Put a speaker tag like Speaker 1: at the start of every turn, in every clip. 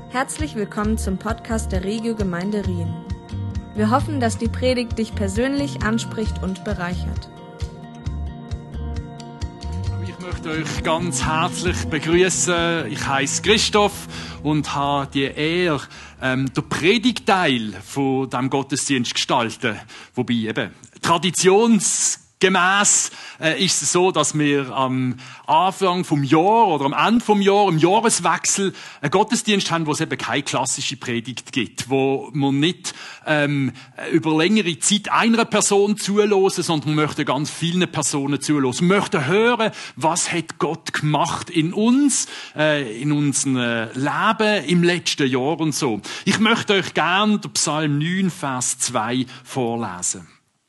Speaker 1: Herzlich willkommen zum Podcast der Regio Gemeinde Rien. Wir hoffen, dass die Predigt dich persönlich anspricht und bereichert.
Speaker 2: Ich möchte euch ganz herzlich begrüßen. Ich heiße Christoph und habe die Ehre, den Predigtteil von diesem Gottesdienst gestalten. Wobei eben traditionsgemäß ist es so, dass wir am Anfang vom Jahr oder am Ende vom Jahr, im Jahreswechsel, einen Gottesdienst haben, wo es eben keine klassische Predigt gibt, wo man nicht über längere Zeit einer Person zuhören, sondern man möchte ganz vielen Personen zuhören. Wir möchten hören, was hat Gott gemacht in uns, in unserem Leben im letzten Jahr und so. Ich möchte euch gerne den Psalm 9, Vers 2 vorlesen.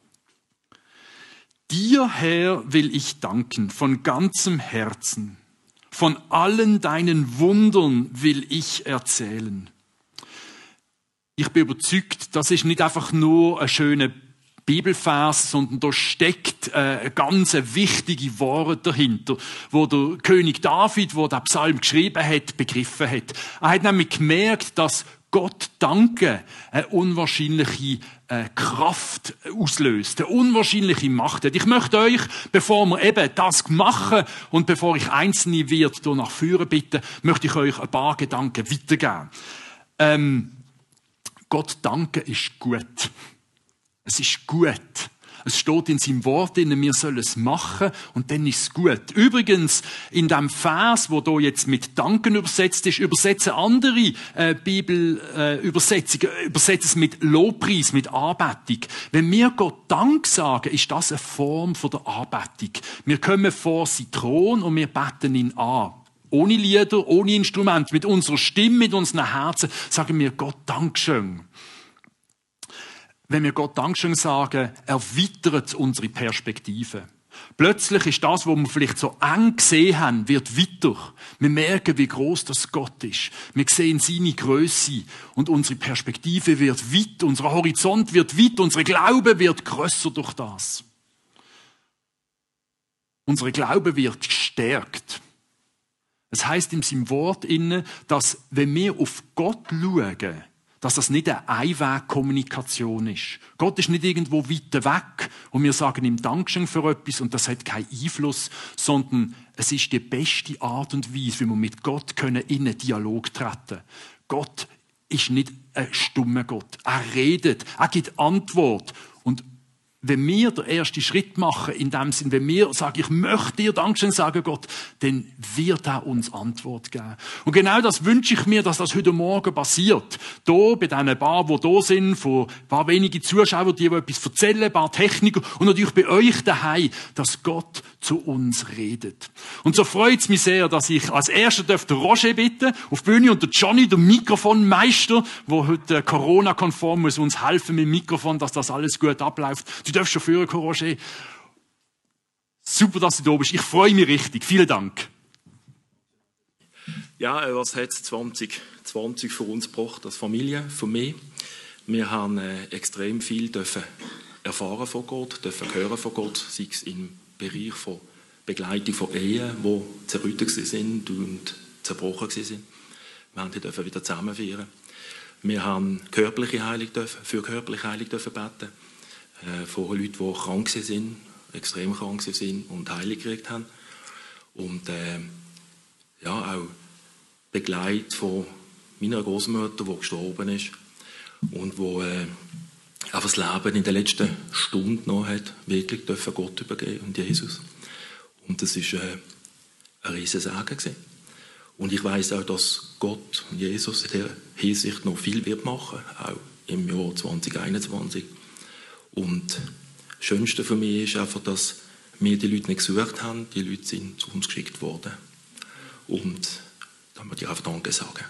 Speaker 2: Dir, Herr, will ich danken von ganzem Herzen. Von allen deinen Wundern will ich erzählen. Ich bin überzeugt, das ist nicht einfach nur ein schöner Bibelvers, sondern da steckt ein ganz wichtige Wort dahinter, wo der König David, der den Psalm geschrieben hat, begriffen hat. Er hat nämlich gemerkt, dass Gott danken eine unwahrscheinliche Kraft auslöst, eine unwahrscheinliche Macht hat. Ich möchte euch, bevor wir eben das machen und bevor ich Einzelne wird hier nach vorne bitten, möchte ich euch ein paar Gedanken weitergeben. Gott danken ist gut. Es ist gut. Es steht in seinem Wort, wir sollen es machen und dann ist es gut. Übrigens, in dem Vers, wo hier jetzt mit Danken übersetzt ist, übersetzen andere Bibelübersetzungen, übersetzen es mit Lobpreis, mit Anbetung. Wenn wir Gott Dank sagen, ist das eine Form von der Anbetung. Wir kommen vor seinen Thron und wir beten ihn an. Ohne Lieder, ohne Instrument, mit unserer Stimme, mit unseren Herzen sagen wir Gott Dankeschön. Wenn wir Gott Dankeschön sagen, erweitert unsere Perspektive. Plötzlich ist das, was wir vielleicht so eng gesehen haben, wird weiter. Wir merken, wie groß das Gott ist. Wir sehen seine Größe und unsere Perspektive wird weit, unser Horizont wird weit, unser Glaube wird grösser durch das. Unser Glaube wird gestärkt. Es heisst in seinem Wort inne, dass wenn wir auf Gott schauen, dass das nicht eine Einwegkommunikation ist. Gott ist nicht irgendwo weit weg und wir sagen ihm Dankeschön für etwas und das hat keinen Einfluss, sondern es ist die beste Art und Weise, wie wir mit Gott in einen Dialog treten können. Gott ist nicht ein stummer Gott. Er redet, er gibt Antwort. Und wenn wir den ersten Schritt machen, in dem Sinn, wenn wir sagen, ich möchte dir Dankeschön sagen, Gott, dann wird er uns Antwort geben. Und das wünsche ich mir, dass das heute Morgen passiert. Hier, bei diesen paar, die hier sind, von ein paar wenige Zuschauer, die etwas erzählen, ein paar Techniker, und natürlich bei euch daheim, dass Gott zu uns redet. Und so freut es mich sehr, dass ich als Erster den Roger bitten auf die Bühne und der Johnny, der Mikrofonmeister, der heute Corona-konform muss uns helfen mit dem Mikrofon, dass das alles gut abläuft. Du darfst schon führen, Roger. Super, dass du da bist. Ich freue mich richtig. Vielen Dank.
Speaker 3: Ja, was hat 2020 für uns gebracht als Familie, für mich? Wir haben extrem viel erfahren von Gott, dürfen hören von Gott, sei es im Bereich von Begleitung von Ehen, die zerrüttet sind und zerbrochen sind. Wir dürfen wieder zusammen feiern. Wir haben körperliche Heilung für körperliche Heilung beten. Von Leuten, die krank sind, extrem krank sind und Heilung gekriegt haben. Und auch Begleit von meiner Großmutter, die gestorben ist und die einfach das Leben in der letzten Stunde noch hat, wirklich dürfen Gott übergeben und Jesus. Und das war ein riesen Segen gewesen. Und ich weiss auch, dass Gott und Jesus in dieser Hinsicht noch viel wird machen, auch im Jahr 2021. Und das Schönste für mich ist einfach, dass wir die Leute nicht gesucht haben, die Leute sind zu uns geschickt worden. Und da möchte ich einfach Danke sagen.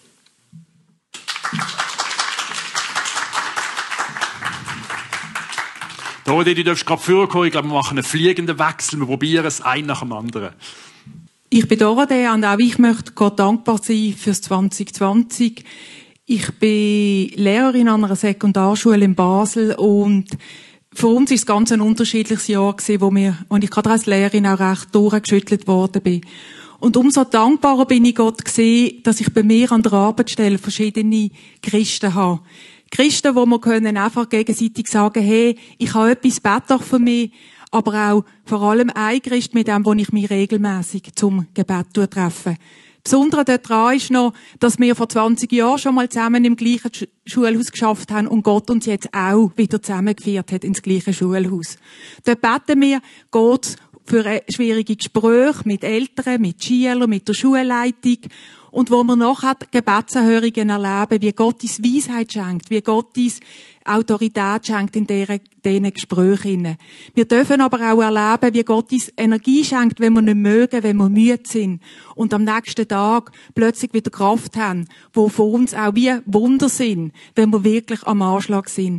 Speaker 2: Dorothee, du darfst gerade vorkommen. Ich glaube, wir machen einen fliegenden Wechsel. Wir probieren es, ein nach dem anderen.
Speaker 4: Ich bin Dorothee und auch ich möchte Gott dankbar sein fürs 2020. Ich bin Lehrerin an einer Sekundarschule in Basel und für uns ist es ganz ein unterschiedliches Jahr gewesen, wo ich gerade als Lehrerin auch recht durchgeschüttelt worden bin. Und umso dankbarer bin ich Gott gesehen, dass ich bei mir an der Arbeitsstelle verschiedene Christen habe. Christen, wo wir können einfach gegenseitig sagen, hey, ich habe etwas, bete doch für mich, aber auch vor allem ein Christ, mit dem, wo ich mich regelmäßig zum Gebet treffe. Besonders daran ist noch, dass wir vor 20 Jahren schon mal zusammen im gleichen Schulhaus geschafft haben und Gott uns jetzt auch wieder zusammengeführt hat ins gleiche Schulhaus. Dort beten wir Gott für schwierige Gespräche mit Eltern, mit Schülern, mit der Schulleitung und wo wir nachher Gebetserhörungen erleben, wie Gott uns Weisheit schenkt, wie Gott uns Autorität schenkt in diesen Gesprächen. Wir dürfen aber auch erleben, wie Gott uns Energie schenkt, wenn wir nicht mögen, wenn wir müde sind und am nächsten Tag plötzlich wieder Kraft haben, wo für uns auch wie Wunder sind, wenn wir wirklich am Anschlag sind.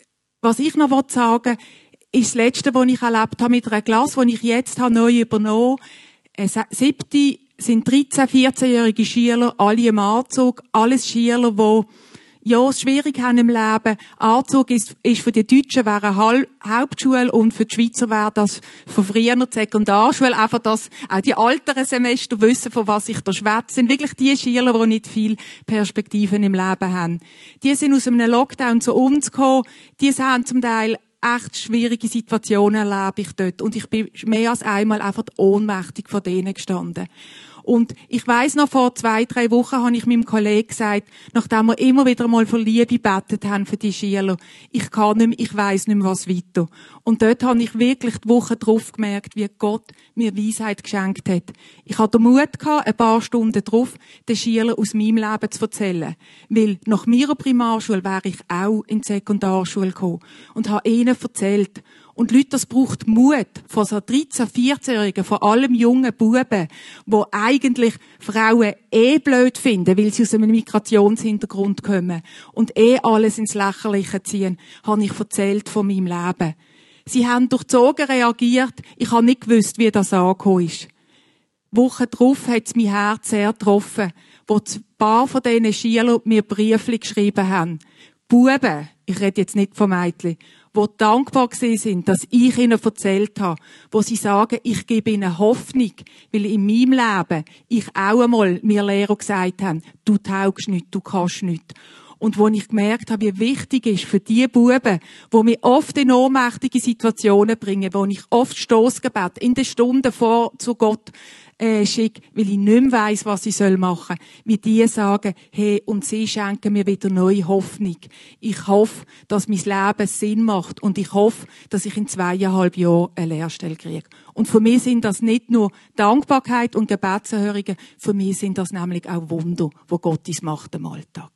Speaker 4: Was ich noch sagen will, ist das Letzte, was ich erlebt habe mit einer Klasse, die ich jetzt neu übernommen habe. 7. sind 13-, 14-jährige Schüler, alle im Anzug, alles Schüler, die es schwierig haben im Leben. Anzug ist für die Deutschen wäre Hauptschule und für die Schweizer wäre das von früher die Sekundarschule. Einfach, dass auch die älteren Semester wissen, von was ich da schwätze. Sind wirklich die Schüler, die nicht viel Perspektiven im Leben haben. Die sind aus einem Lockdown zu uns gekommen. Die haben zum Teil echt schwierige Situationen erlebe ich dort. Und ich bin mehr als einmal einfach ohnmächtig vor denen gestanden. Und ich weiss noch, vor 2-3 Wochen habe ich meinem Kollegen gesagt, nachdem wir immer wieder mal für Liebe gebetet haben für die Schüler, ich kann nicht mehr, ich weiss nicht mehr, was weiter. Und dort habe ich wirklich die Woche drauf gemerkt, wie Gott mir Weisheit geschenkt hat. Ich hatte den Mut gehabt, ein paar Stunden drauf, den Schülern aus meinem Leben zu erzählen. Weil nach meiner Primarschule wäre ich auch in die Sekundarschule gekommen und habe ihnen erzählt. Und Leute, das braucht Mut von so 13-, 14-Jährigen, vor allem jungen Buben, die eigentlich Frauen blöd finden, weil sie aus einem Migrationshintergrund kommen und alles ins Lächerliche ziehen, habe ich erzählt von meinem Leben. Sie haben durchzogen reagiert, ich habe nicht gewusst, wie das angekommen ist. Wochen darauf hat es mein Herz sehr getroffen, wo ein paar von diesen Schülern mir Briefe geschrieben haben. Buben, ich rede jetzt nicht von Mädchen, die dankbar sind, dass ich ihnen erzählt habe, wo sie sagen, ich gebe ihnen Hoffnung, weil in meinem Leben ich auch einmal mir Lehrer gesagt haben, du taugst nicht, du kannst nicht. Und wo ich gemerkt habe, wie wichtig ist für die Buben, die mich oft in ohnmächtige Situationen bringen, wo ich oft Stossgebet in den Stunden vor zu Gott schicke, weil ich nicht mehr weiss, was ich machen soll, wie die sagen, hey, und sie schenken mir wieder neue Hoffnung. Ich hoffe, dass mein Leben Sinn macht und ich hoffe, dass ich in 2,5 Jahren eine Lehrstelle kriege. Und für mich sind das nicht nur Dankbarkeit und Gebetserhörungen, für mich sind das nämlich auch Wunder, wo Gott uns macht im Alltag.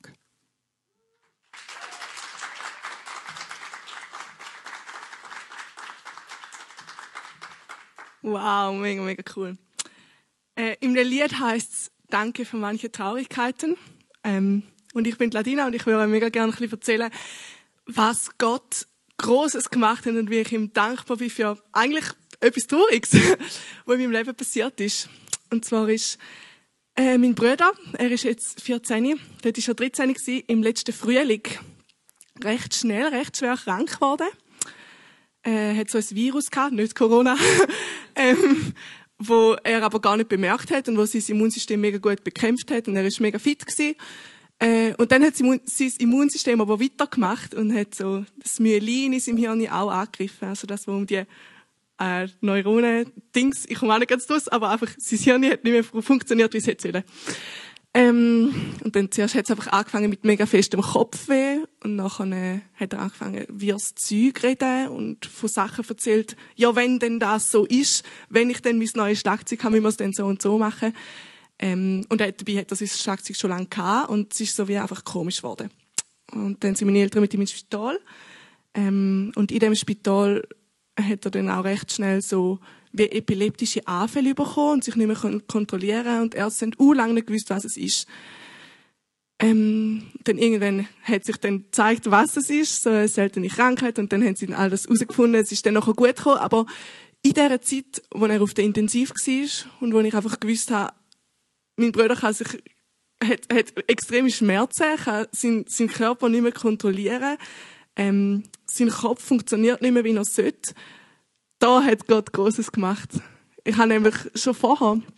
Speaker 5: Wow, mega, mega cool. Im Lied heisst es «Danke für manche Traurigkeiten». Und ich bin Ladina und ich würde mega gerne ein bisschen erzählen, was Gott Grosses gemacht hat und wie ich ihm dankbar bin für eigentlich etwas Trauriges, was in meinem Leben passiert ist. Und zwar ist mein Bruder, er ist jetzt 14, dort war er 13 gewesen, im letzten Frühling recht schnell, recht schwer krank geworden. Hat so ein Virus gehabt, nicht Corona, wo er aber gar nicht bemerkt hat und wo sein Immunsystem mega gut bekämpft hat und er ist mega fit gewesen. Und dann hat sein Immunsystem aber weitergemacht und hat so das Myelin in seinem Hirn auch angegriffen, also das, wo um die Neuronen-Dings, ich komme auch nicht ganz draus, aber einfach sein Hirn hat nicht mehr funktioniert, wie es hätte sollen. Und dann zuerst hat es einfach angefangen mit mega festem Kopfweh und nachher hat er angefangen, wie das Zeug reden und von Sachen erzählt, ja, wenn denn das so ist, wenn ich dann mein neues Schlagzeug habe, müssen wir es dann so und so machen. Und dabei hat er sein Schlagzeug schon lange gehabt und es ist so wie einfach komisch geworden. Und dann sind meine Eltern mit ihm ins Spital. Und in dem Spital hat er dann auch recht schnell so wie epileptische Anfälle bekommen und sich nicht mehr kontrollieren und Ärzte haben lange nicht gewusst, was es ist. Dann irgendwann hat sich dann gezeigt, was es ist, so eine seltene Krankheit, und dann haben sie dann alles herausgefunden, es ist dann nachher gut gekommen, aber in dieser Zeit, wo er auf der Intensiv war und wo ich einfach gewusst habe, mein Bruder hat extreme Schmerzen, kann seinen Körper nicht mehr kontrollieren, sein Kopf funktioniert nicht mehr, wie er sollte. Da hat Gott Grosses gemacht. Ich habe nämlich schon vorher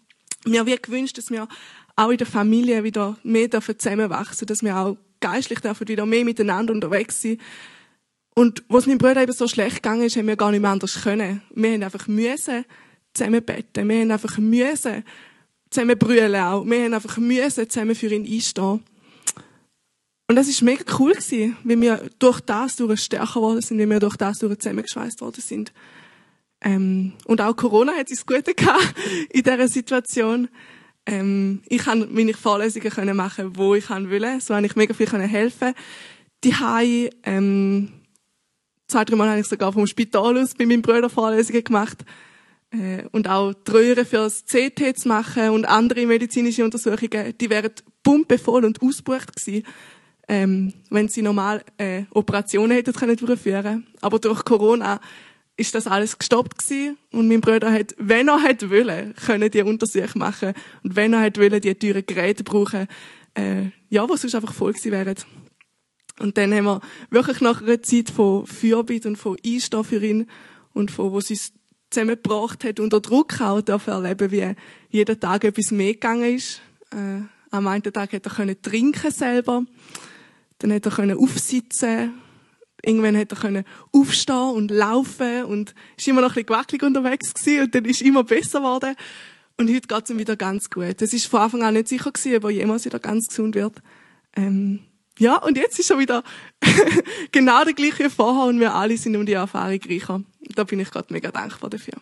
Speaker 5: mir wie gewünscht, dass wir auch in der Familie wieder mehr zusammenwachsen, dass wir auch geistlich dürfen wieder mehr miteinander unterwegs sein. Und was meinem Bruder eben so schlecht gegangen ist, haben wir gar nicht mehr anders können. Wir haben einfach müssen zusammen beten. Wir haben einfach müssen zusammen brüllen auch. Wir haben einfach müssen zusammen für ihn einstehen. Und das war mega cool gewesen, wie wir durch das stärker geworden sind, wie wir durch das zusammengeschweißt worden sind. Und auch Corona hat es Gute gehabt in dieser Situation. Ich konnte meine Vorlesungen machen, wo ich wollte. So konnte ich mega viel helfen. Die Hai, 2-3 Mal habe ich sogar vom Spital aus bei meinem Bruder Vorlesungen gemacht. Und auch die Röhren für das CT zu machen und andere medizinische Untersuchungen, die wären pumpevoll und ausgebucht gewesen, wenn sie normal Operationen hätten durchführen können. Aber durch Corona ist das alles gestoppt gewesen. Und mein Bruder hat, wenn er hätte wollen, können die Untersuchungen machen. Und wenn er hätte wollen, die teuren Geräte brauchen, ja, was sonst einfach voll gewesen wären. Und dann haben wir wirklich nach einer Zeit von Fürbitte und von Einstehen für ihn und von, wo sie es zusammengebracht hat, unter Druck auch dürfen erleben, wie jeden Tag etwas mehr gegangen ist. Am einen Tag hat er trinken selber. Dann hat er aufsitzen. Irgendwann hat er aufstehen und laufen und ist immer noch ein bisschen gewackelig unterwegs gewesen und dann ist immer besser geworden. Und heute geht es ihm wieder ganz gut. Es ist von Anfang an nicht sicher gewesen, ob er jemals wieder ganz gesund wird. Ja, und jetzt ist er wieder genau der gleiche wie vorher und wir alle sind um die Erfahrung reicher. Da bin ich gerade mega dankbar dafür.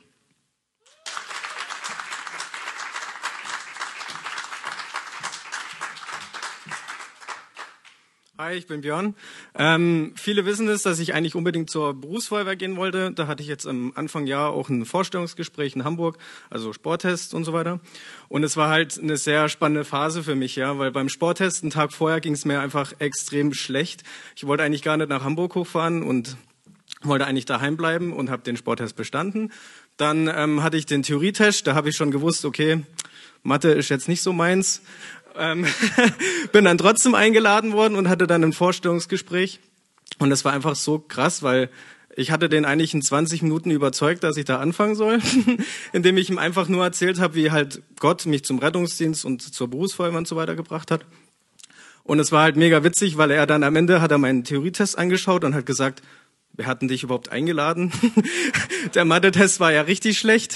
Speaker 6: Hi, ich bin Björn. Viele wissen es, dass ich eigentlich unbedingt zur Berufsfeuerwehr gehen wollte. Da hatte ich jetzt am Anfang Jahr auch ein Vorstellungsgespräch in Hamburg, also Sporttest und so weiter. Und es war halt eine sehr spannende Phase für mich, ja, weil beim Sporttest einen Tag vorher ging es mir einfach extrem schlecht. Ich wollte eigentlich gar nicht nach Hamburg hochfahren und wollte eigentlich daheim bleiben und habe den Sporttest bestanden. Dann hatte ich den Theorietest, da habe ich schon gewusst, okay, Mathe ist jetzt nicht so meins. Bin dann trotzdem eingeladen worden und hatte dann ein Vorstellungsgespräch. Und das war einfach so krass, weil ich hatte den eigentlich in 20 Minuten überzeugt, dass ich da anfangen soll, indem ich ihm einfach nur erzählt habe, wie halt Gott mich zum Rettungsdienst und zur Berufsfeuerwehr und so weiter gebracht hat. Und es war halt mega witzig, weil er dann am Ende hat er meinen Theorietest angeschaut und hat gesagt, wer hat denn dich überhaupt eingeladen? Der Mathe-Test war ja richtig schlecht.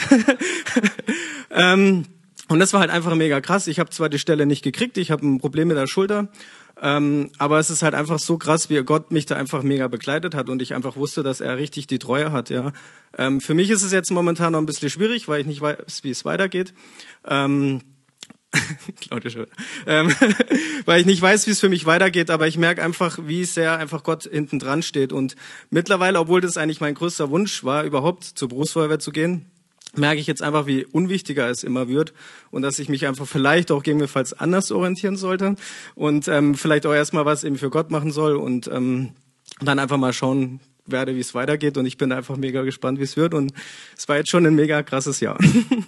Speaker 6: Und das war halt einfach mega krass. Ich habe zwar die Stelle nicht gekriegt, ich habe ein Problem mit der Schulter, aber es ist halt einfach so krass, wie Gott mich da einfach mega begleitet hat und ich einfach wusste, dass er richtig die Treue hat. Ja, für mich ist es jetzt momentan noch ein bisschen schwierig, weil ich nicht weiß, wie es weitergeht. Weil ich nicht weiß, wie es für mich weitergeht, aber ich merke einfach, wie sehr einfach Gott hinten dran steht. Und mittlerweile, obwohl das eigentlich mein größter Wunsch war, überhaupt zur Berufsfeuerwehr zu gehen, merke ich jetzt einfach, wie unwichtiger es immer wird und dass ich mich einfach vielleicht auch gegebenenfalls anders orientieren sollte und vielleicht auch erstmal was eben für Gott machen soll und dann einfach mal schauen werde, wie es weitergeht. Und ich bin einfach mega gespannt, wie es wird. Und es war jetzt schon ein mega krasses Jahr.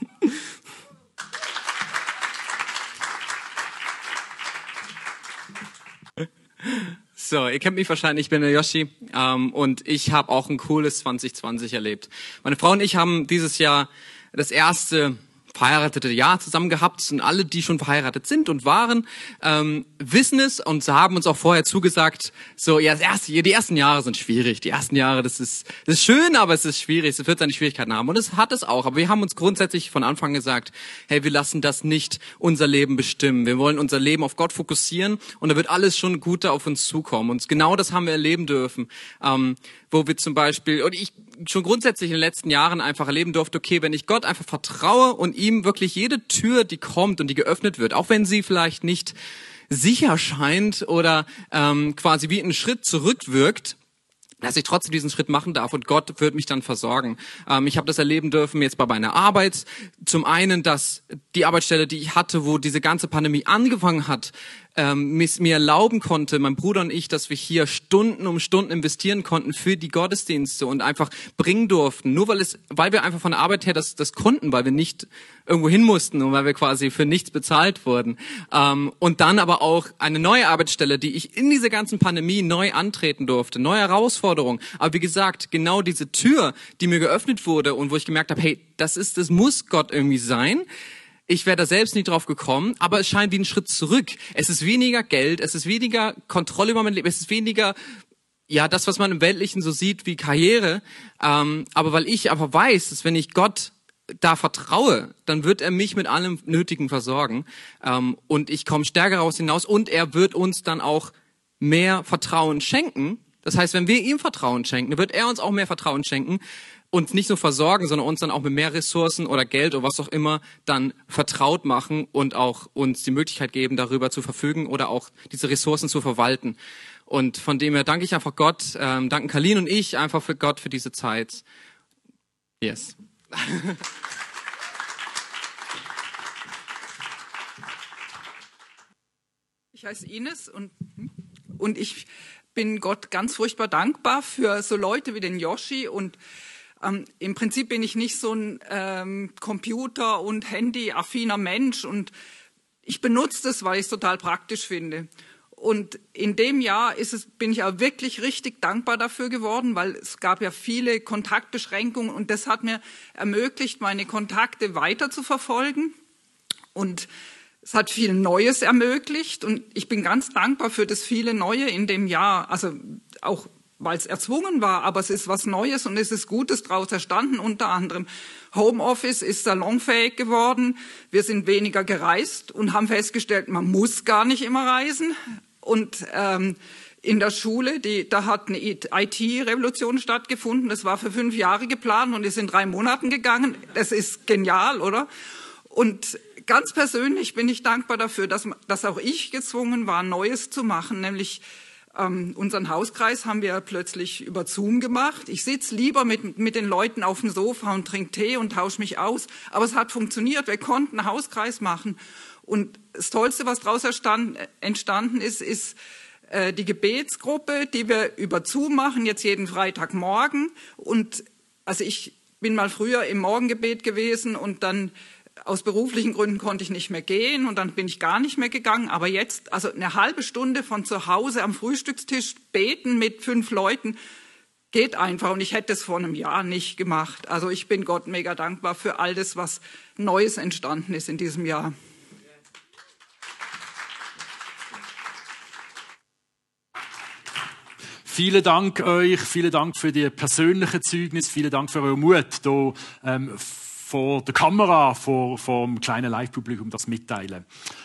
Speaker 7: So, ihr kennt mich wahrscheinlich, ich bin der Yoshi und ich habe auch ein cooles 2020 erlebt. Meine Frau und ich haben dieses Jahr das erste verheiratete Jahr zusammen gehabt und alle, die schon verheiratet sind und waren, wissen es und haben uns auch vorher zugesagt, so ja, die ersten Jahre sind schwierig. Die ersten Jahre, das ist schön, aber es ist schwierig. Es wird seine Schwierigkeiten haben und es hat es auch. Aber wir haben uns grundsätzlich von Anfang gesagt, hey, wir lassen das nicht unser Leben bestimmen. Wir wollen unser Leben auf Gott fokussieren und da wird alles schon Gute auf uns zukommen. Und genau das haben wir erleben dürfen, wo wir zum Beispiel, und ich schon grundsätzlich in den letzten Jahren einfach erleben durfte, okay, wenn ich Gott einfach vertraue und ihm wirklich jede Tür, die kommt und die geöffnet wird, auch wenn sie vielleicht nicht sicher scheint oder quasi wie einen Schritt zurückwirkt, dass ich trotzdem diesen Schritt machen darf und Gott wird mich dann versorgen. Ich habe das erleben dürfen jetzt bei meiner Arbeit. Zum einen, dass die Arbeitsstelle, die ich hatte, wo diese ganze Pandemie angefangen hat, mir erlauben konnte, mein Bruder und ich, dass wir hier Stunden um Stunden investieren konnten für die Gottesdienste und einfach bringen durften. Nur weil wir einfach von der Arbeit her das konnten, weil wir nicht irgendwo hin mussten und weil wir quasi für nichts bezahlt wurden. Und dann aber auch eine neue Arbeitsstelle, die ich in dieser ganzen Pandemie neu antreten durfte, neue Herausforderungen. Aber wie gesagt, genau diese Tür, die mir geöffnet wurde und wo ich gemerkt habe, hey, das muss Gott irgendwie sein, Ich wäre da selbst nie drauf gekommen, aber es scheint wie ein Schritt zurück. Es ist weniger Geld, es ist weniger Kontrolle über mein Leben, es ist weniger, ja, das, was man im Weltlichen so sieht wie Karriere. Aber weil ich aber weiß, dass wenn ich Gott da vertraue, dann wird er mich mit allem Nötigen versorgen. Und ich komme stärker raus hinaus und er wird uns dann auch mehr Vertrauen schenken. Das heißt, wenn wir ihm Vertrauen schenken, dann wird er uns auch mehr Vertrauen schenken. Uns nicht nur versorgen, sondern uns dann auch mit mehr Ressourcen oder Geld oder was auch immer dann vertraut machen und auch uns die Möglichkeit geben, darüber zu verfügen oder auch diese Ressourcen zu verwalten. Und von dem her danke ich einfach Gott, danken Kalin und ich einfach für Gott für diese Zeit. Yes.
Speaker 8: Ich heiße Ines und ich bin Gott ganz furchtbar dankbar für so Leute wie den Yoshi und im Prinzip bin ich nicht so ein Computer- und Handy-affiner Mensch und ich benutze das, weil ich es total praktisch finde. Und in dem Jahr bin ich auch wirklich richtig dankbar dafür geworden, weil es gab ja viele Kontaktbeschränkungen und das hat mir ermöglicht, meine Kontakte weiter zu verfolgen. Und es hat viel Neues ermöglicht und ich bin ganz dankbar für das viele Neue in dem Jahr. Also auch weil es erzwungen war, aber es ist was Neues und es ist Gutes daraus entstanden. Unter anderem Homeoffice ist salonfähig geworden. Wir sind weniger gereist und haben festgestellt, man muss gar nicht immer reisen. Und in der Schule, da hat eine IT-Revolution stattgefunden. Das war für 5 Jahre geplant und ist in 3 Monaten gegangen. Das ist genial, oder? Und ganz persönlich bin ich dankbar dafür, dass auch ich gezwungen war, Neues zu machen, nämlich unseren Hauskreis haben wir plötzlich über Zoom gemacht. Ich sitze lieber mit den Leuten auf dem Sofa und trinke Tee und tausche mich aus. Aber es hat funktioniert. Wir konnten einen Hauskreis machen. Und das Tollste, was daraus entstanden ist die Gebetsgruppe, die wir über Zoom machen, jetzt jeden Freitagmorgen. Und also ich bin mal früher im Morgengebet gewesen und dann aus beruflichen Gründen konnte ich nicht mehr gehen und dann bin ich gar nicht mehr gegangen. Aber jetzt, also eine halbe Stunde von zu Hause am Frühstückstisch beten mit 5 Leuten, geht einfach. Und ich hätte es vor einem Jahr nicht gemacht. Also ich bin Gott mega dankbar für all das, was Neues entstanden ist in diesem Jahr.
Speaker 2: Vielen Dank euch, vielen Dank für die persönlichen Zeugnisse, vielen Dank für euren Mut, hier vor der Kamera, vor dem kleinen Live-Publikum das mitteilen.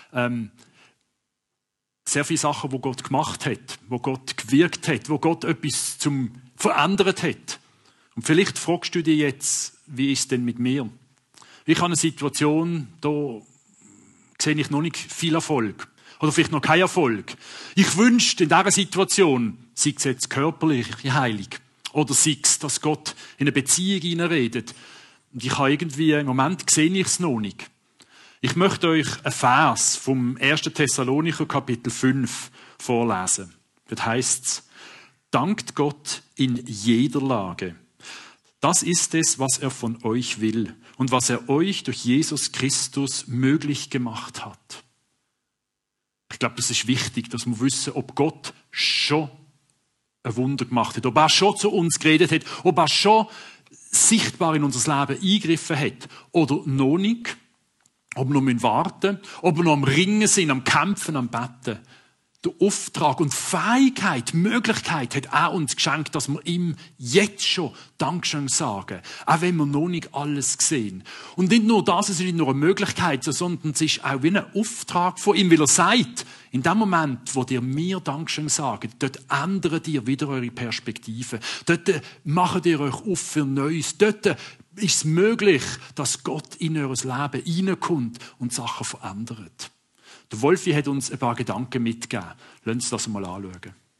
Speaker 2: Sehr viele Sachen, die Gott gemacht hat, wo Gott gewirkt hat, wo Gott etwas zum verändert hat. Und vielleicht fragst du dich jetzt, wie ist es denn mit mir? Ich habe eine Situation, da sehe ich noch nicht viel Erfolg. Oder vielleicht noch keinen Erfolg. Ich wünschte in dieser Situation, sei es jetzt körperliche Heilung, oder sei es, dass Gott in eine Beziehung hineinredet. Und ich habe irgendwie, im Moment sehe ich es noch nicht. Ich möchte euch einen Vers vom 1. Thessalonicher Kapitel 5 vorlesen. Dort heisst es: Dankt Gott in jeder Lage. Das ist es, was er von euch will und was er euch durch Jesus Christus möglich gemacht hat. Ich glaube, das ist wichtig, dass wir wissen, ob Gott schon ein Wunder gemacht hat, ob er schon zu uns geredet hat, ob er schon sichtbar in unser Leben eingegriffen hat oder noch nicht, ob wir noch warten müssen, ob wir noch am Ringen sind, am Kämpfen, am Betten. Der Auftrag und Fähigkeit, Möglichkeit hat er uns geschenkt, dass wir ihm jetzt schon Dankeschön sagen, auch wenn wir noch nicht alles sehen. Und nicht nur das, es ist nicht nur eine Möglichkeit, sondern es ist auch wie ein Auftrag von ihm, weil er sagt, in dem Moment, wo dir mir Dankeschön sagen, dort ändern dir wieder eure Perspektive. Dort macht ihr euch auf für Neues. Dort ist es möglich, dass Gott in euer Leben hineinkommt und Sachen verändert. Der Wolfi hat uns ein paar Gedanken mitgegeben. Lass uns das mal anschauen.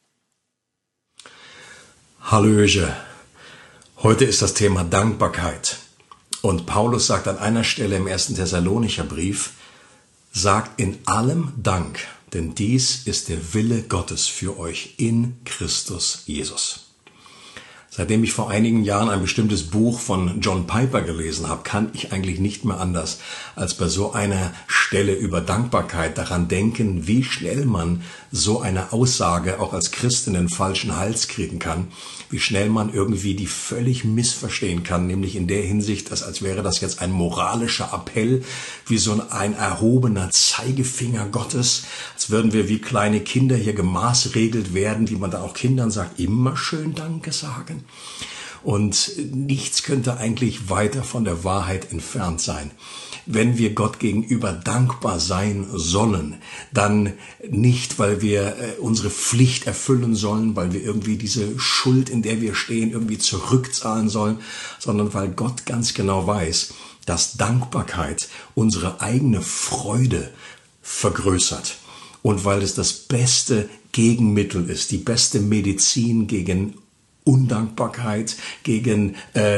Speaker 9: Hallöchen. Heute ist das Thema Dankbarkeit. Und Paulus sagt an einer Stelle im 1. Thessalonicher Brief, sagt in allem Dank, denn dies ist der Wille Gottes für euch in Christus Jesus. Seitdem ich vor einigen Jahren ein bestimmtes Buch von John Piper gelesen habe, kann ich eigentlich nicht mehr anders, als bei so einer Stelle über Dankbarkeit daran denken, wie schnell man so eine Aussage auch als Christ in den falschen Hals kriegen kann, wie schnell man irgendwie die völlig missverstehen kann, nämlich in der Hinsicht, dass als wäre das jetzt ein moralischer Appell, wie so ein erhobener Zeigefinger Gottes, als würden wir wie kleine Kinder hier gemaßregelt werden, wie man da auch Kindern sagt, immer schön Danke sagen. Und nichts könnte eigentlich weiter von der Wahrheit entfernt sein. Wenn wir Gott gegenüber dankbar sein sollen, dann nicht, weil wir unsere Pflicht erfüllen sollen, weil wir irgendwie diese Schuld, in der wir stehen, irgendwie zurückzahlen sollen, sondern weil Gott ganz genau weiß, dass Dankbarkeit unsere eigene Freude vergrößert. Und weil es das beste Gegenmittel ist, die beste Medizin gegen Undankbarkeit, gegen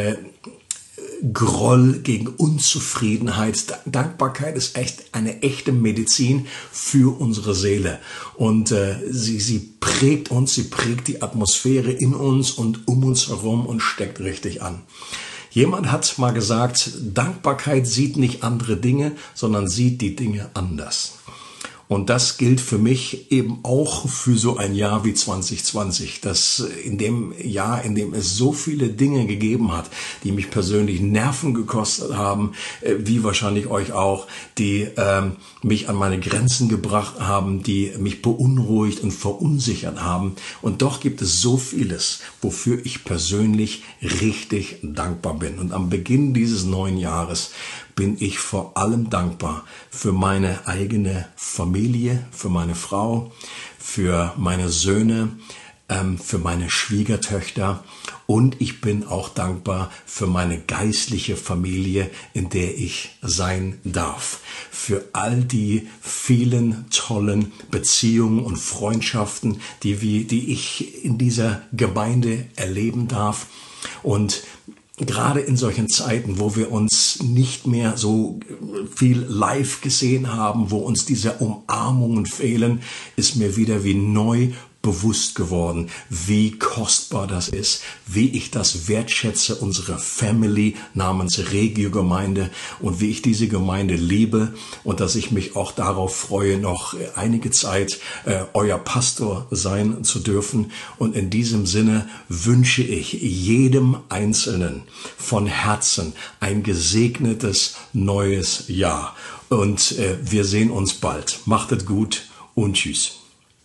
Speaker 9: Groll, gegen Unzufriedenheit. Dankbarkeit ist echt eine echte Medizin für unsere Seele. Und sie prägt uns, sie prägt die Atmosphäre in uns und um uns herum und steckt richtig an. Jemand hat mal gesagt, Dankbarkeit sieht nicht andere Dinge, sondern sieht die Dinge anders. Und das gilt für mich eben auch für so ein Jahr wie 2020, dass in dem Jahr, in dem es so viele Dinge gegeben hat, die mich persönlich Nerven gekostet haben, wie wahrscheinlich euch auch, die mich an meine Grenzen gebracht haben, die mich beunruhigt und verunsichert haben. Und doch gibt es so vieles, wofür ich persönlich richtig dankbar bin. Und am Beginn dieses neuen Jahres bin ich vor allem dankbar für meine eigene Familie, für meine Frau, für meine Söhne, für meine Schwiegertöchter und ich bin auch dankbar für meine geistliche Familie, in der ich sein darf. Für all die vielen tollen Beziehungen und Freundschaften, die ich in dieser Gemeinde erleben darf. Und gerade in solchen Zeiten, wo wir uns nicht mehr so viel live gesehen haben, wo uns diese Umarmungen fehlen, ist mir wieder wie neu bewusst geworden, wie kostbar das ist, wie ich das wertschätze, unsere Family namens Regio-Gemeinde und wie ich diese Gemeinde liebe und dass ich mich auch darauf freue, noch einige Zeit euer Pastor sein zu dürfen. Und in diesem Sinne wünsche ich jedem Einzelnen von Herzen ein gesegnetes neues Jahr. Und wir sehen uns bald. Macht es gut und tschüss.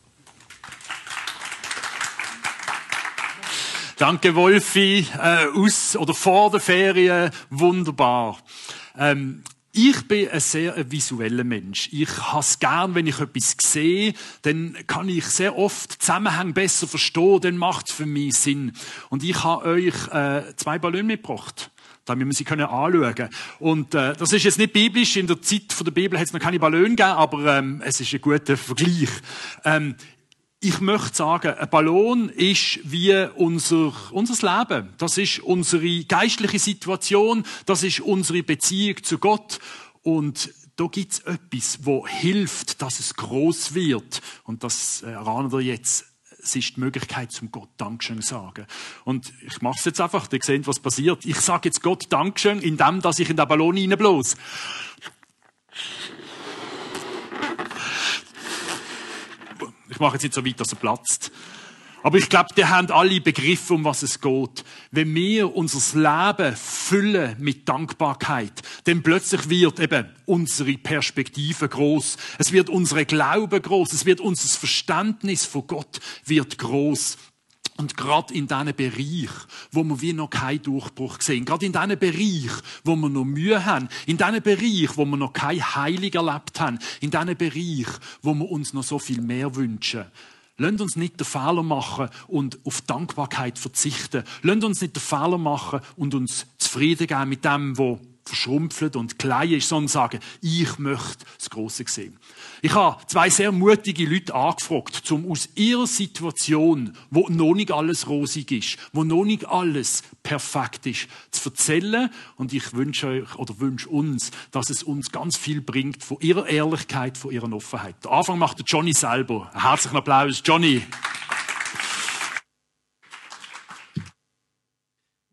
Speaker 2: Danke, Wolfi. Vor der Ferien wunderbar. Ich bin ein sehr visueller Mensch. Ich has gern, wenn ich etwas sehe, dann kann ich sehr oft Zusammenhänge besser verstehen, dann macht es für mich Sinn. Und ich habe euch 2 Ballons mitgebracht, damit wir sie anschauen können. Und das ist jetzt nicht biblisch. In der Zeit der Bibel hat es noch keine Ballons gegeben, aber es ist ein guter Vergleich. Ich möchte sagen, ein Ballon ist wie unser Leben. Das ist unsere geistliche Situation. Das ist unsere Beziehung zu Gott. Und da gibt es etwas, wo hilft, dass es groß wird. Und das erahnen wir jetzt. Es ist die Möglichkeit, zum Gott Dankeschön zu sagen. Und ich mache es jetzt einfach. Ihr seht, was passiert. Ich sage jetzt Gott Dankeschön, indem dass ich in den Ballon reinblase. Ich mache jetzt nicht so weit, dass er platzt. Aber ich glaube, die haben alle begriffen, um was es geht. Wenn wir unser Leben füllen mit Dankbarkeit, dann plötzlich wird eben unsere Perspektive groß. Es wird unsere Glaube groß. Es wird unser Verständnis von Gott wird groß. Und gerade in diesen Bereich, wo wir wie noch keinen Durchbruch sehen, gerade in diesen Bereich, wo wir noch Mühe haben, in diesen Bereich, wo wir noch keine Heilung erlebt haben, in diesen Bereich, wo wir uns noch so viel mehr wünschen. Lasst uns nicht den Fehler machen und auf Dankbarkeit verzichten. Lasst uns nicht den Fehler machen und uns zufrieden geben mit dem, was verschrumpft und klein ist, sondern sagen, ich möchte das Grosse sehen. Ich habe 2 sehr mutige Leute angefragt, um aus ihrer Situation, wo noch nicht alles rosig ist, wo noch nicht alles perfekt ist, zu erzählen. Und ich wünsche euch oder wünsche uns, dass es uns ganz viel bringt von ihrer Ehrlichkeit, von ihrer Offenheit. Der Anfang macht der Johnny selber. Einen herzlichen Applaus, Johnny.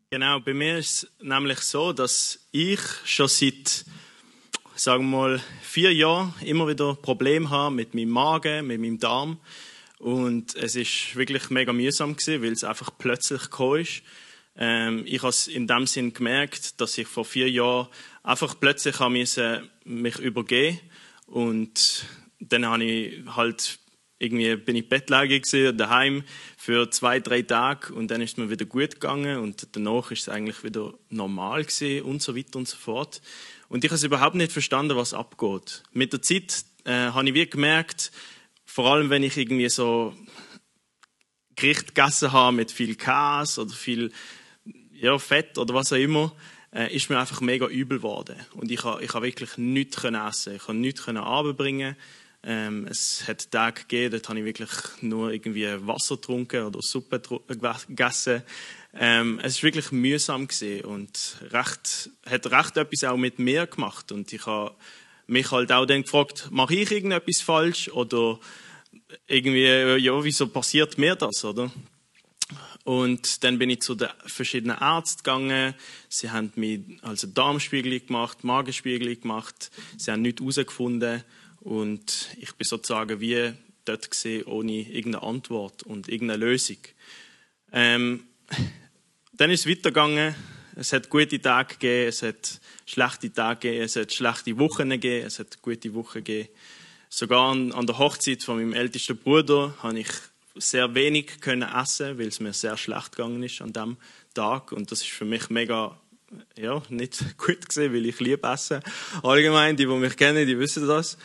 Speaker 10: Genau, bei mir ist es nämlich so, dass ich schon seit, sagen wir mal, 4 Jahren immer wieder Probleme habe mit meinem Magen, mit meinem Darm. Und es ist wirklich mega mühsam gewesen, weil es einfach plötzlich gekommen ist. Ich habe es in dem Sinn gemerkt, dass ich vor 4 Jahren einfach plötzlich mich übergeben und dann habe ich halt irgendwie bin ich bettlägerig gewesen, daheim für 2-3 Tage und dann ist es mir wieder gut gegangen und danach ist es eigentlich wieder normal gewesen und so weiter und so fort. Und ich habe überhaupt nicht verstanden, was abgeht. Mit der Zeit habe ich wie gemerkt, vor allem wenn ich irgendwie so Gericht gegessen habe mit viel Käse oder viel Fett oder was auch immer, ist mir einfach mega übel geworden. Und ich habe wirklich nichts essen. Ich konnte nichts runterbringen. Es hat Tage gegeben, dort habe ich wirklich nur irgendwie Wasser getrunken oder Suppe gegessen. Es war wirklich mühsam gewesen und hat recht etwas auch mit mir gemacht. Und ich habe mich halt auch dann gefragt, mache ich irgendetwas falsch oder irgendwie, wieso passiert mir das, oder? Und dann bin ich zu den verschiedenen Ärzten gegangen. Sie haben mir also Darmspiegelung gemacht, Magenspiegelung gemacht. Sie haben nichts herausgefunden. Und ich bin sozusagen wie dort gesehen, ohne irgendeine Antwort und irgendeine Lösung. Dann ist es weitergegangen. Es hat gute Tage gegeben, es hat schlechte Tage gegeben, es hat schlechte Wochen gegeben, es hat gute Wochen gegeben. Sogar an der Hochzeit von meinem ältesten Bruder habe ich sehr wenig können essen, weil es mir sehr schlecht gegangen ist an diesem Tag. Und das ist für mich mega nicht gut gewesen, weil ich liebe Essen. Allgemein, die mich kennen, die wissen das.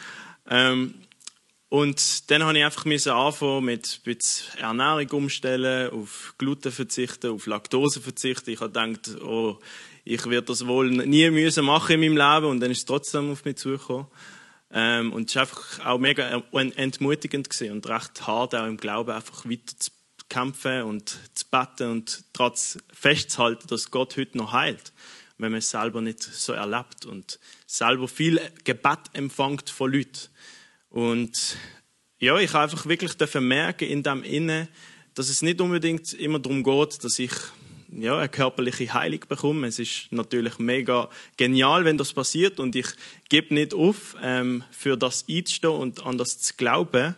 Speaker 10: Und dann habe ich einfach anfangen mit Ernährung umstellen, auf Gluten verzichten, auf Laktose verzichten. Ich habe gedacht, ich werde das wohl nie müssen machen in meinem Leben und dann ist es trotzdem auf mich zugekommen. Und es war einfach auch mega entmutigend gewesen und recht hart auch im Glauben einfach weiter zu kämpfen und zu beten und trotz festzuhalten, dass Gott heute noch heilt, wenn man es selber nicht so erlebt und selber viel Gebet empfängt von Leuten. Und ich habe einfach wirklich merken in dem Innen, dass es nicht unbedingt immer darum geht, dass ich eine körperliche Heilung bekomme. Es ist natürlich mega genial, wenn das passiert und ich gebe nicht auf, für das einzustehen und an das zu glauben.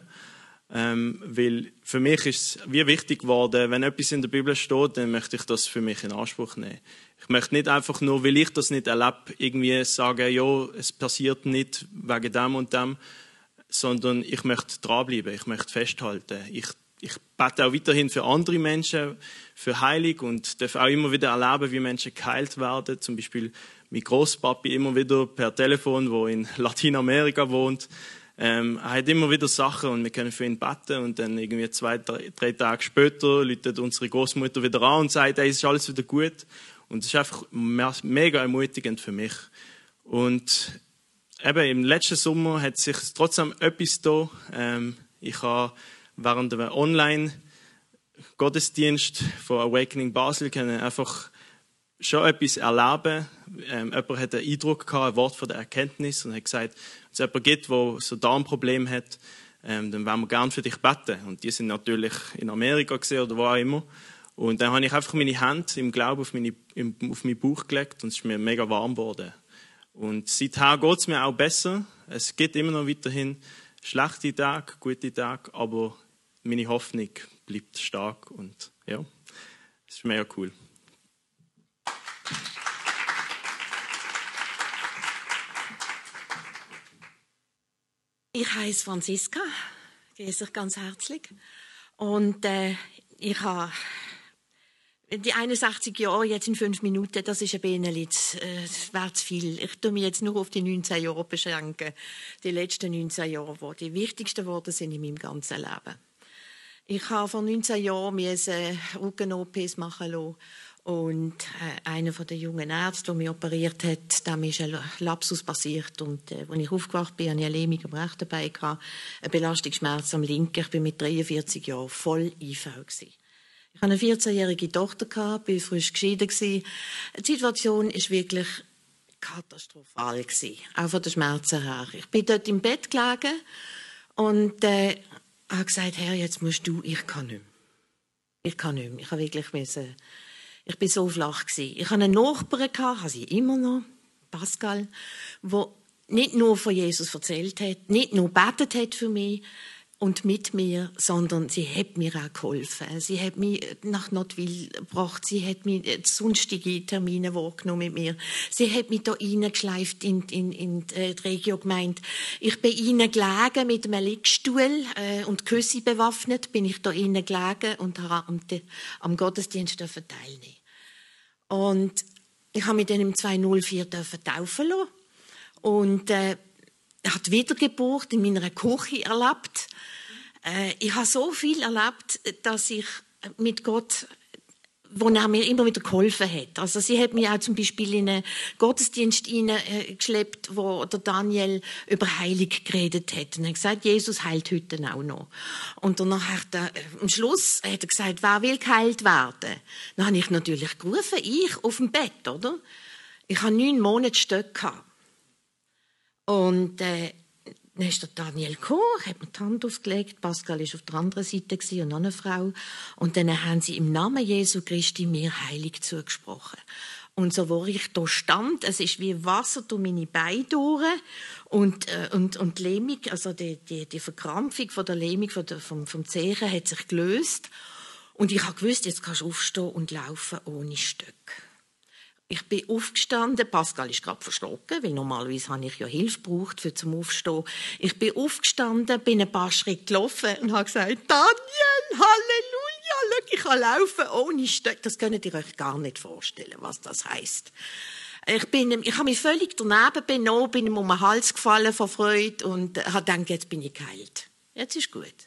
Speaker 10: Weil für mich ist es wie wichtig geworden, wenn etwas in der Bibel steht, dann möchte ich das für mich in Anspruch nehmen. Ich möchte nicht einfach nur, weil ich das nicht erlebe, irgendwie sagen, es passiert nicht wegen dem und dem, sondern ich möchte dranbleiben, ich möchte festhalten. Ich bete auch weiterhin für andere Menschen, für Heilung und darf auch immer wieder erleben, wie Menschen geheilt werden. Zum Beispiel mein Grosspapi immer wieder per Telefon, der in Lateinamerika wohnt. Er hat immer wieder Sachen und wir können für ihn beten und dann irgendwie 2-3 Tage später läutet unsere Großmutter wieder an und sagt, es ist alles wieder gut. Und das ist einfach mega ermutigend für mich. Und eben im letzten Sommer hat sich trotzdem etwas da. Ich habe während einem Online-Gottesdienst von Awakening Basel einfach schon etwas erleben. Jemand hat einen Eindruck gehabt, ein Wort von der Erkenntnis und hat gesagt, wenn es jemanden gibt, der so Darmprobleme hat, dann wollen wir gerne für dich beten. Und die sind natürlich in Amerika gesehen oder wo auch immer. Und dann habe ich einfach meine Hand im Glauben auf meinen Bauch gelegt und es ist mir mega warm geworden. Und seither geht es mir auch besser. Es gibt immer noch weiterhin schlechte Tage, gute Tage, aber meine Hoffnung bleibt stark und es ist mega cool.
Speaker 11: Ich heiße Franziska, grüße euch ganz herzlich. Und ich habe die 61 Jahre jetzt in 5 Minuten, das ist ein bisschen, das wäre zu viel. Ich tue mich jetzt nur auf die 19 Jahre beschränken. Die letzten 19 Jahre, die die wichtigsten geworden sind in meinem ganzen Leben. Ich habe vor 19 Jahren Rücken-OPs machen lassen. Und einer der jungen Ärzte, der mich operiert hat, dem ist ein Lapsus passiert. Und als ich aufgewacht bin, hatte ich eine Lähmung am rechten Bein, eine Belastungsschmerz am linken. Ich war mit 43 Jahren voll IV gewesen. Ich hatte eine 14-jährige Tochter, war frisch geschieden. Die Situation war wirklich katastrophal, auch von den Schmerzen her. Ich bin dort im Bett gelegen und habe gesagt, Herr, jetzt musst du, ich kann nicht mehr. Ich kann nicht mehr. Ich habe wirklich Ich bin so flach gewesen. Ich hatte einen Nachbarn, habe sie immer noch, Pascal, der nicht nur von Jesus erzählt hat, nicht nur gebetet hat für mich und mit mir, sondern sie hat mir auch geholfen. Sie hat mich nach Nottwil gebracht, sie hat mich sonstige Termine wahrgenommen mit mir. Sie hat mich da reingeschleift in die Regiogemeinde. Ich bin ihnen gelegen mit einem Liegestuhl und Küsse bewaffnet, bin ich da ihnen gelegen und habe am Gottesdienst teilnehmen. Und ich habe mich dann im 204 taufen lassen. Und ich habe die Wiedergeburt in meiner Küche erlebt. Ich habe so viel erlebt, dass ich mit Gott, wo er mir immer wieder geholfen hat. Also sie hat mich auch zum Beispiel in einen Gottesdienst hineingeschleppt, wo der Daniel über Heilung geredet hat. Und er hat gesagt, Jesus heilt heute auch noch. Und dann am Schluss hat er gesagt, wer will geheilt werden? Dann habe ich natürlich gerufen, ich auf dem Bett, oder? Ich habe 9 Monate Stöcke gehabt. Und dann ist der Daniel gekommen, hat mir die Hand aufgelegt, Pascal war auf der anderen Seite und noch eine Frau. Und dann haben sie im Namen Jesu Christi mir Heilung zugesprochen. Und so, wo ich da stand, es ist wie Wasser durch meine Beine durch und die Lähmung, also die Verkrampfung von der Lähmung vom Zehen hat sich gelöst. Und ich habe gewusst, jetzt kannst du aufstehen und laufen ohne Stöcke. Ich bin aufgestanden, Pascal ist gerade verstocken, weil normalerweise habe ich ja Hilfe gebraucht zum Aufstehen. Ich bin aufgestanden, bin ein paar Schritte gelaufen und habe gesagt, Daniel, Halleluja, schau, ich kann laufen ohne Stöcke. Das könnt ihr euch gar nicht vorstellen, was das heisst. Ich habe mich völlig daneben benommen, bin ihm um den Hals gefallen vor Freude und habe gedacht, jetzt bin ich geheilt. Jetzt ist gut.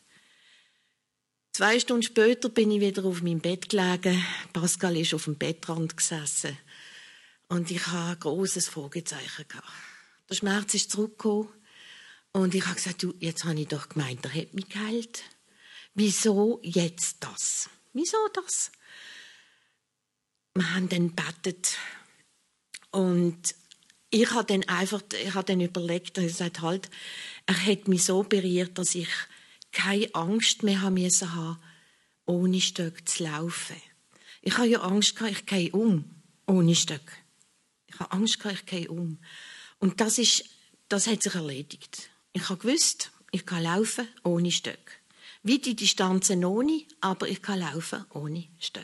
Speaker 11: 2 Stunden später bin ich wieder auf meinem Bett gelegen. Pascal ist auf dem Bettrand gesessen. Und ich hatte ein grosses Fragezeichen. Der Schmerz ist zurückgekommen. Und ich habe gesagt, du, jetzt habe ich doch gemeint, er hat mich geheilt. Wieso jetzt das? Wieso das? Wir haben dann gebetet. Und ich habe dann überlegt, ich gesagt, halt, er hat mich so berührt, dass ich keine Angst mehr haben musste, ohne Stöcke zu laufen. Ich habe ja Angst gehabt, ich gehe ohne Stöcke. Ich habe Angst gehabt, ich gehe Und das hat sich erledigt. Ich habe gewusst, ich kann laufen ohne Stöcke. Weite Distanzen ohne, aber ich kann laufen ohne Stöcke.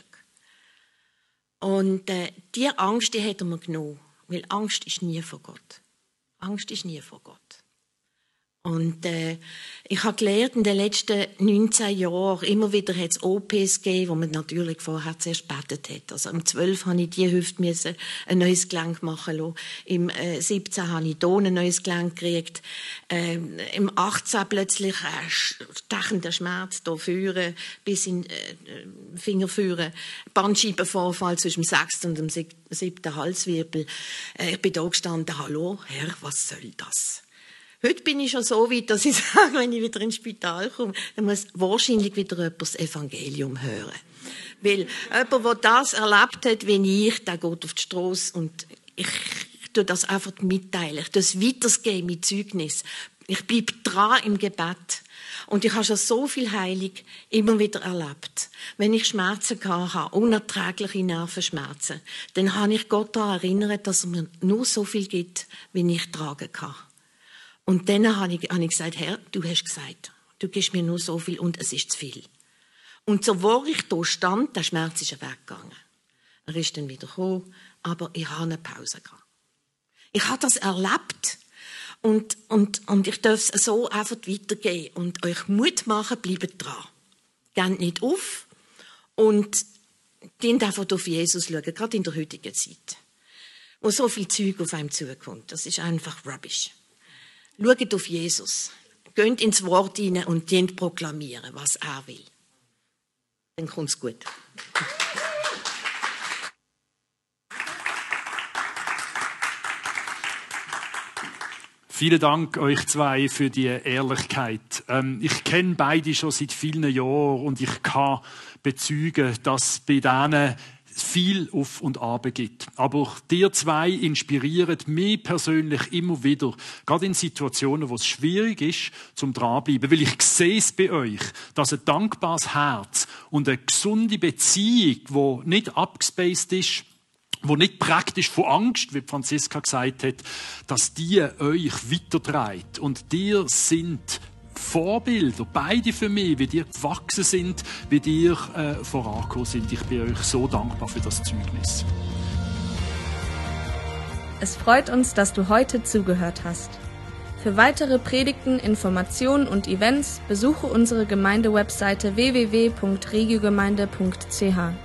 Speaker 11: Und diese Angst, die hat er mir genommen. Weil Angst ist nie von Gott. Angst ist nie von Gott. Und ich habe gelernt, in den letzten 19 Jahren, immer wieder hat es OPs gegeben, wo man natürlich vorher zuerst gebetet hat. Also im 12 habe ich die Hüfte ein neues Gelenk machen lassen. Im 17 habe ich hier ein neues Gelenk gekriegt. Im 18 plötzlich stechender Schmerz hier vorne, bis in Finger vorne. Bandscheibenvorfall zwischen dem 6. und dem 7. Halswirbel. Ich bin da gestanden, hallo, Herr, was soll das? Heute bin ich schon so weit, dass ich sage, wenn ich wieder ins Spital komme, dann muss wahrscheinlich wieder jemand das Evangelium hören. Weil jemand, der das erlebt hat, wie ich, der geht auf die Strasse und ich tue das einfach mitteilen. Ich tue es weitergeben mit Zeugnis. Ich bleibe dran im Gebet. Und ich habe schon so viel Heilung immer wieder erlebt. Wenn ich Schmerzen hatte, unerträgliche Nervenschmerzen, dann habe ich Gott daran erinnert, dass er mir nur so viel gibt, wie ich tragen kann. Und dann habe ich gesagt, Herr, du hast gesagt, du gibst mir nur so viel und es ist zu viel. Und so, wo ich da stand, der Schmerz ist weggegangen. Er ist dann wieder gekommen, aber ich habe eine Pause gehabt. Ich habe das erlebt und ich darf es so einfach weitergeben und euch Mut machen, bleibt dran. Geht nicht auf und dient einfach auf Jesus schauen, gerade in der heutigen Zeit, wo so viel Zeug auf einem zukommt. Das ist einfach rubbish. Schaut auf Jesus. Geht ins Wort hinein und dient proklamieren, was er will. Dann kommt es gut.
Speaker 2: Vielen Dank euch zwei für die Ehrlichkeit. Ich kenne beide schon seit vielen Jahren und ich kann bezeugen, dass bei denen viel auf und ab gibt. Aber auch dir zwei inspirieren mich persönlich immer wieder, gerade in Situationen, wo es schwierig ist, zum dranbleiben. Weil ich sehe es bei euch, dass ein dankbares Herz und eine gesunde Beziehung, die nicht abgespaced ist, wo nicht praktisch von Angst, wie Franziska gesagt hat, dass die euch weitertreibt. Und dir sind Vorbilder, beide für mich, wie die gewachsen sind, wie die vorangekommen sind. Ich bin euch so dankbar für das Zeugnis.
Speaker 1: Es freut uns, dass du heute zugehört hast. Für weitere Predigten, Informationen und Events besuche unsere Gemeindewebseite www.regiogemeinde.ch.